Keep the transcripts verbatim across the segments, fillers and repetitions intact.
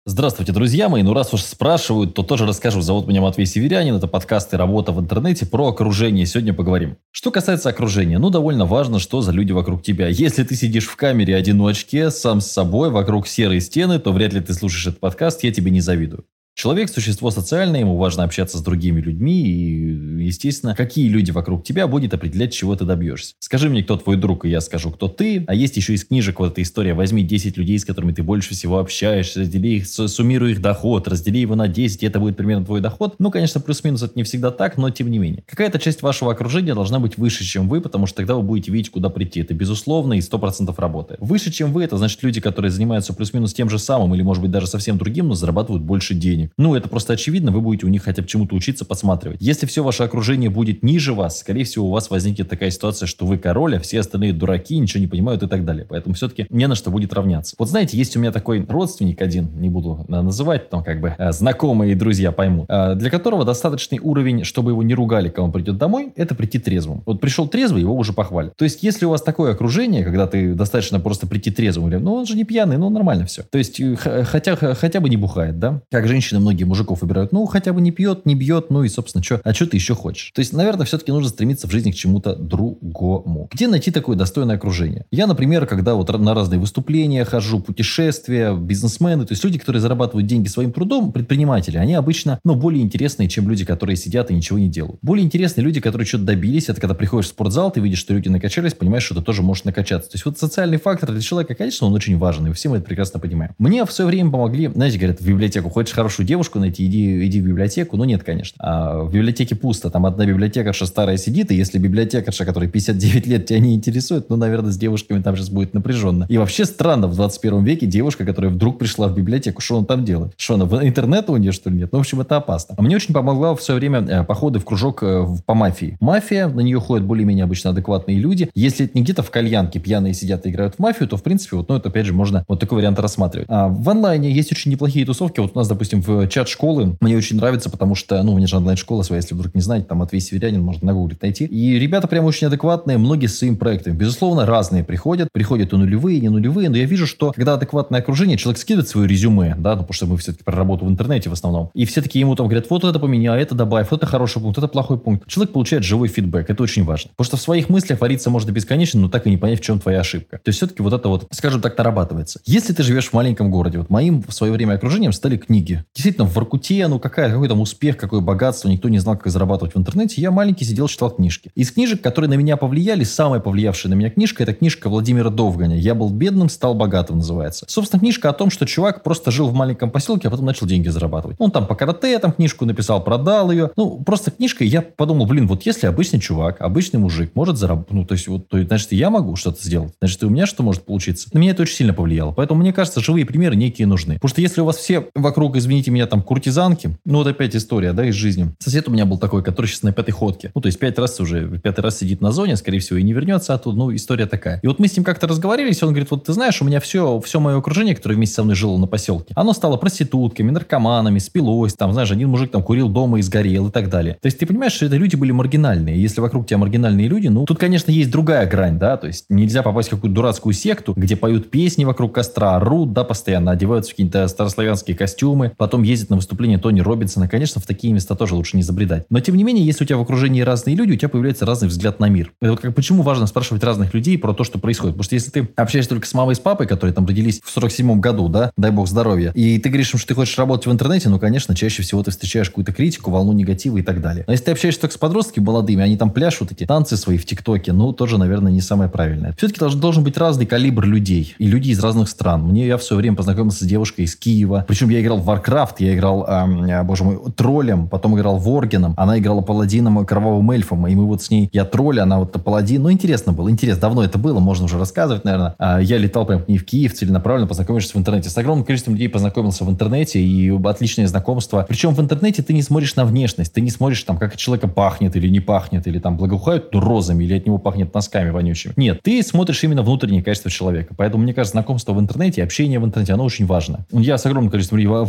Здравствуйте, друзья мои. Ну, раз уж спрашивают, то тоже расскажу. Зовут меня Матвей Северянин. Это подкаст и работа в интернете про окружение. Сегодня поговорим. Что касается окружения, ну, довольно важно, что за люди вокруг тебя. Если ты сидишь в камере одиночке, сам с собой, вокруг серые стены, то вряд ли ты слушаешь этот подкаст, я тебе не завидую. Человек – существо социальное, ему важно общаться с другими людьми, и, естественно, какие люди вокруг тебя будет определять, чего ты добьешься. Скажи мне, кто твой друг, и я скажу, кто ты. А есть еще из книжек вот эта история. Возьми десять людей, с которыми ты больше всего общаешься, раздели их, суммируй их доход, раздели его на десять, и это будет примерно твой доход. Ну, конечно, плюс-минус это не всегда так, но тем не менее. Какая-то часть вашего окружения должна быть выше, чем вы, потому что тогда вы будете видеть, куда прийти. Это безусловно и сто процентов работает. Выше, чем вы, это значит люди, которые занимаются плюс-минус тем же самым, или, может быть, даже совсем другим, но зарабатывают больше денег. Ну, это просто очевидно, вы будете у них хотя бы чему-то учиться, подсматривать. Если все ваше окружение будет ниже вас, скорее всего, у вас возникнет такая ситуация, что вы король, а все остальные дураки, ничего не понимают и так далее. Поэтому все-таки не на что будет равняться. Вот знаете, есть у меня такой родственник один, не буду называть, там как бы знакомые и друзья поймут, для которого достаточный уровень, чтобы его не ругали, когда он придет домой, это прийти трезвым. Вот пришел трезвый, его уже похвалят. То есть, если у вас такое окружение, когда ты достаточно просто прийти трезвым, или, ну он же не пьяный, ну нормально все. То есть, хотя, хотя бы не бухает, да? Как женщины многие мужиков выбирают. Ну, хотя бы не пьет, не бьет, ну и, собственно, что, а что ты еще хочешь? То есть, наверное, все-таки нужно стремиться в жизни к чему-то другому. Где найти такое достойное окружение? Я, например, когда вот на разные выступления хожу, путешествия, бизнесмены, то есть люди, которые зарабатывают деньги своим трудом, предприниматели, они обычно, ну, более интересные, чем люди, которые сидят и ничего не делают. Более интересные люди, которые что-то добились, это когда приходишь в спортзал, ты видишь, что люди накачались, понимаешь, что ты тоже можешь накачаться. То есть, вот социальный фактор для человека, конечно, он очень важен, и все мы это прекрасно понимаем. Мне в свое время помогли, знаете, говорят, в библиотеку, хочешь хорошую девушку найти, иди иди в библиотеку. Ну, нет, конечно. А в библиотеке пусто. Там одна библиотекарша старая сидит, и если библиотекарша, которой пятьдесят девять лет, тебя не интересует, ну, наверное, с девушками там сейчас будет напряженно. И вообще странно в двадцать первом веке девушка, которая вдруг пришла в библиотеку, что она там делает? Что она, в интернета у нее, что ли, нет? Ну, в общем, это опасно. А мне очень помогла в свое время э, походы в кружок э, по мафии. Мафия, на нее ходят более-менее обычно адекватные люди. Если это не где-то в кальянке пьяные сидят и играют в мафию, то, в принципе, вот, ну, это, опять же, можно вот такой вариант рассматривать. А в онлайне есть очень неплохие тусовки. Вот у нас, допустим, в чат школы мне очень нравится, потому что, ну, у меня же онлайн-школа своя, если вдруг не знаете, там Матвей Северянин, можно нагуглить найти. И ребята прям очень адекватные, многие с своими проектами. Безусловно, разные приходят. Приходят и нулевые, и не нулевые. Но я вижу, что когда адекватное окружение, человек скидывает свое резюме, да, ну, потому что мы все-таки про работу в интернете в основном. И все-таки ему там говорят, вот это поменяй, это добавь, вот это хороший пункт, это плохой пункт. Человек получает живой фидбэк. Это очень важно. Потому что в своих мыслях вариться можно бесконечно, но так и не понять, в чем твоя ошибка. То есть все-таки вот это вот, скажем так, нарабатывается. Если ты живешь в маленьком городе, вот моим в свое время окружением стали книги. Действительно, в Воркуте, ну, какая, какой там успех, какое богатство, никто не знал, как зарабатывать в интернете. Я маленький сидел, читал книжки. Из книжек, которые на меня повлияли, самая повлиявшая на меня книжка, это книжка Владимира Довганя «Я был бедным, стал богатым» называется. Собственно, книжка о том, что чувак просто жил в маленьком поселке, а потом начал деньги зарабатывать. Он там по карате там книжку написал, продал ее. Ну, просто книжка, и я подумал, блин, вот если обычный чувак, обычный мужик может заработать, ну, то есть, вот, то, значит, и я могу что-то сделать. Значит, и у меня что может получиться? На меня это очень сильно повлияло. Поэтому, мне кажется, живые примеры некие нужны. Потому что если у вас все вокруг, извините меня, там, куртизанки, ну, вот опять история, да, из жизни. Сосед у меня был такой, который сейчас на пятой ходке. Ну, то есть, пять раз уже, пятый раз сидит на зоне, скорее всего, и не вернется оттуда. Ну, история такая. И вот мы с ним как-то разговаривались, и он говорит, вот ты знаешь, у меня все, все мое окружение, которое вместе со мной жило на поселке, оно стало проститутками, наркоманами, спилось, там, знаешь, один мужик там курил дома и сгорел и так далее. То есть, ты понимаешь, что это люди были маргинальные. Если вокруг тебя маргинальные люди, ну, тут, конечно, есть другая грань, да, то есть, нельзя попасть в какую-то дурацкую секту, где поют песни вокруг костра, орут, да, постоянно одеваются в какие-то старославянские костюмы, потом ездят на выступление Тони Робинсона. Конечно, в такие места тоже лучше не забредать. Но, тем не менее, если у тебя в окружении разные люди, у тебя появляется разный взгляд на мир. Это вот как, почему важно спрашивать разных людей про то, что происходит. Потому что если ты общаешься только с мамой и с папой, которые там родились в сорок седьмом году, да, дай бог здоровья, и ты говоришь им, что ты хочешь работать в интернете, ну, конечно, чаще всего ты встречаешь какую-то критику, волну негатива и так далее. Но если ты общаешься только с подростками молодыми, они там пляшут эти танцы свои в ТикТоке, ну, тоже, наверное, не самое правильное. Все-таки должен, должен быть разный калибр людей. И люди из разных стран. Мне я в свое время познакомился с девушкой из Киева. Причем я играл в Warcraft, я играл, э, боже мой, троллем, потом играл Воргеном. Она играла паладином, кровавым эльфом. И мы вот с ней, я тролль, она вот паладин. Ну, интересно было, интересно. Давно это было, можно уже рассказывать, наверное. А я летал прям к ней в Киев, целенаправленно познакомишься в интернете. С огромным количеством людей познакомился в интернете, и отличное знакомство. Причем в интернете ты не смотришь на внешность, ты не смотришь там, как от человека пахнет или не пахнет, или там благоухают розами, или от него пахнет носками вонючими. Нет, ты смотришь именно внутреннее качество человека. Поэтому, мне кажется, знакомство в интернете, общение в интернете, оно очень важно. Я с огромным количеством людей в любой стране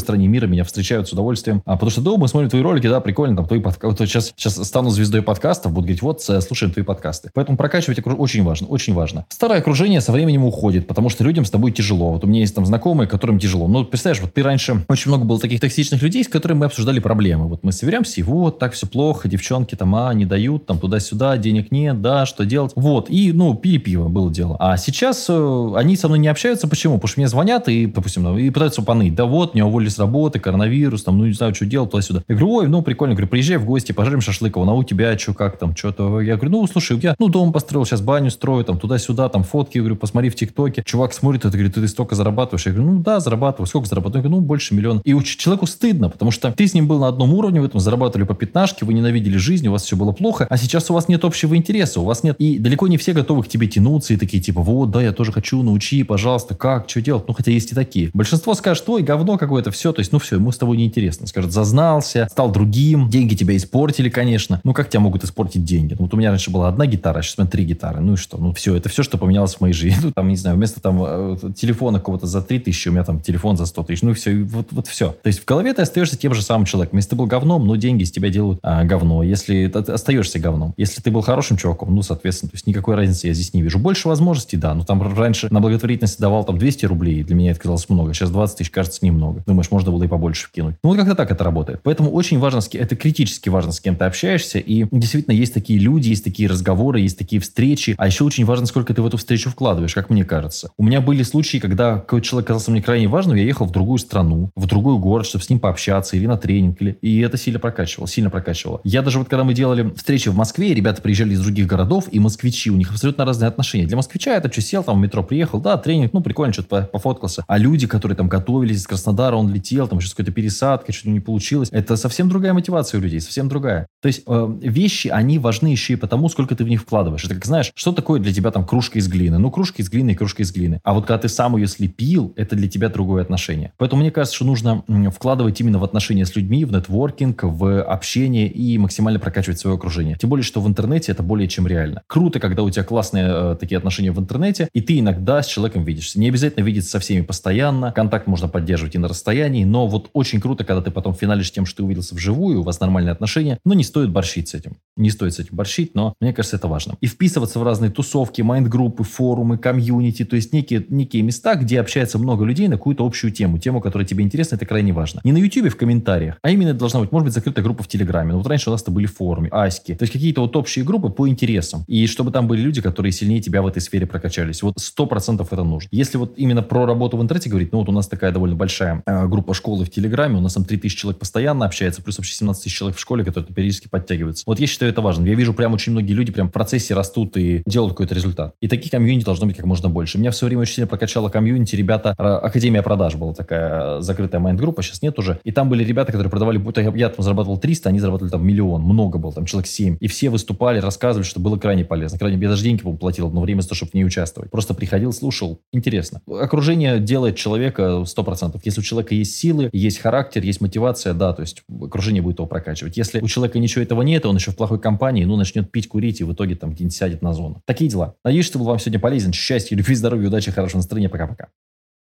стране мира меня встречают с удовольствием. А, потому что дома мы смотрим твои ролики, да, прикольно, там твои подкасты. Вот сейчас, сейчас стану звездой подкастов, буду говорить, вот, слушаем твои подкасты. Поэтому прокачивать окружение очень важно, очень важно. Старое окружение со временем уходит, потому что людям с тобой тяжело. Вот у меня есть там знакомые, которым тяжело. Ну, представляешь, вот ты раньше, очень много было таких токсичных людей, с которыми мы обсуждали проблемы. Вот мы соберемся, и вот, так все плохо, девчонки там, а, не дают, там, туда-сюда, денег нет, да, что делать. Вот, и, ну, пили пиво, было дело. А сейчас э, они со мной не общаются, почему? Потому что мне звонят и, допустим, ну, и пытаются поныть. Да вот, меня уволили с работы, коронавирус, там, ну, не знаю, что делать, туда-сюда. Я говорю, ой, ну, прикольно, говорю, приезжай в гости, пожарим шашлыков, ну, а у тебя что, как там, что-то. Я говорю, ну, слушай, я, ну, дом построил, сейчас баню строю, там, туда-сюда, там, фотки, я говорю, посмотри в ТикТоке. Чувак смотрит, это говорит, ты, ты столько зарабатываешь. Я говорю, ну, да, зарабатываю. Сколько зарабатываю? Я говорю, ну, больше миллиона. И человеку стыдно, потому что ты с ним был на одном уровне, вы там зарабатывали по пятнашке, вы ненавидели жизнь, у вас все было плохо, а сейчас у вас нет общего интереса, у вас нет, и далеко не все готовы к тебе тянуться, и такие, типа, вот, да, я тоже хочу, научи, пожалуйста, как, что делать, ну, хотя есть и такие. Большинство скажет, ой, говно какое-то, все, то есть, ну, все, ему с тобой неинтересно. Скажет, зазнался, стал другим, деньги тебя испортили, конечно. Ну, как тебя могут испортить деньги? Ну, вот у меня раньше была одна гитара, а сейчас у меня три гитары, ну и что? Ну, все, это все, что поменялось в моей жизни. Ну, там, не знаю, вместо там телефона какого-то за три тысячи, у меня там телефон за сто тысяч, ну, и все, и вот, вот все. То есть, в голове ты остаешься тем же самым человеком. Если ты был говном, ну, деньги из тебя делают а, говно. Если ты остаешься говном. Если ты был хорошим чуваком, ну, соответственно, то есть, никакой разницы я здесь не вижу. Больше возможностей, да. Ну, там раньше на благотворительность давал там двести рублей, для меня это казалось много. Сейчас двадцать тысяч кажется немного. Думаешь, можно было и побольше вкинуть. Ну, вот как-то так это работает. Поэтому очень важно, это критически важно, с кем ты общаешься. И действительно, есть такие люди, есть такие разговоры, есть такие встречи. А еще очень важно, сколько ты в эту встречу вкладываешь, как мне кажется. У меня были случаи, когда какой-то человек казался мне крайне важным, я ехал в другую страну, в другой город, чтобы с ним пообщаться, или на тренинг, или... и это сильно прокачивало, сильно прокачивало. Я даже вот, когда мы делали встречи в Москве, ребята приезжали из других городов, и москвичи, у них абсолютно разные отношения. Для москвича это что, сел, там в метро приехал, да, тренинг, ну, прикольно, что-то пофоткался. А люди, которые там готовились из Краснодара, он летел, там еще с какой-то пересадкой, что-то не получилось, это совсем другая мотивация у людей, совсем другая. То есть э, вещи, они важны еще и потому, сколько ты в них вкладываешь. Это как, знаешь, что такое для тебя там кружка из глины? Ну, кружка из глины и кружка из глины. А вот когда ты сам ее слепил, это для тебя другое отношение. Поэтому мне кажется, что нужно вкладывать именно в отношения с людьми, в нетворкинг, в общение и максимально прокачивать свое окружение. Тем более, что в интернете это более чем реально. Круто, когда у тебя классные э, такие отношения в интернете, и ты иногда с человеком видишься. Не обязательно видеться со всеми постоянно, контакт можно поддерживать и на расстоянии, но вот очень круто, когда ты потом финалишь тем, что ты увиделся вживую, у вас нормальные отношения, но не стоит борщить с этим. Не стоит с этим борщить, но мне кажется, это важно. И вписываться в разные тусовки, майнд-группы, форумы, комьюнити, то есть некие, некие места, где общается много людей на какую-то общую тему, тему, которая тебе интересна, это крайне важно. Не на Ютубе в комментариях, а именно должна быть, может быть, закрытая группа в Телеграме. Ну, вот раньше у нас-то были форумы, аськи, то есть какие-то вот общие группы по интересам. И чтобы там были люди, которые сильнее тебя в этой сфере прокачались. Вот сто процентов это нужно. Если вот именно про работу в интернете говорить, ну вот у нас такая довольно большая э, группа школы в Телеграме, у нас там три тысячи человек постоянно общается, плюс вообще семнадцать тысяч человек в школе, которые периодически подтягиваются. Вот я считаю это важно. Я вижу прям очень многие люди прям в процессе растут и делают какой-то результат. И таких комьюнити должно быть как можно больше. Меня в свое время очень сильно прокачала комьюнити, ребята, Академия продаж была такая закрытая майнд-группа, сейчас нет уже. И там были ребята, которые продавали, будто я там зарабатывал триста, они зарабатывали там миллион, много было, там человек семь. И все выступали, рассказывали, что было крайне полезно. Крайне, я даже деньги, по-моему, платил одно время за то, чтобы в ней участвовать. Просто приходил, слушал. Интересно. Окружение делает человека сто процентов. Если у человека есть силы, есть характер, есть мотивация, да, то есть окружение будет его прокачивать. Если у человека ничего этого нет, он еще в плохой компании, ну, начнет пить, курить и в итоге там где-нибудь сядет на зону. Такие дела. Надеюсь, что был вам сегодня полезен. Счастья, любви, здоровья, удачи, хорошего настроения. Пока-пока.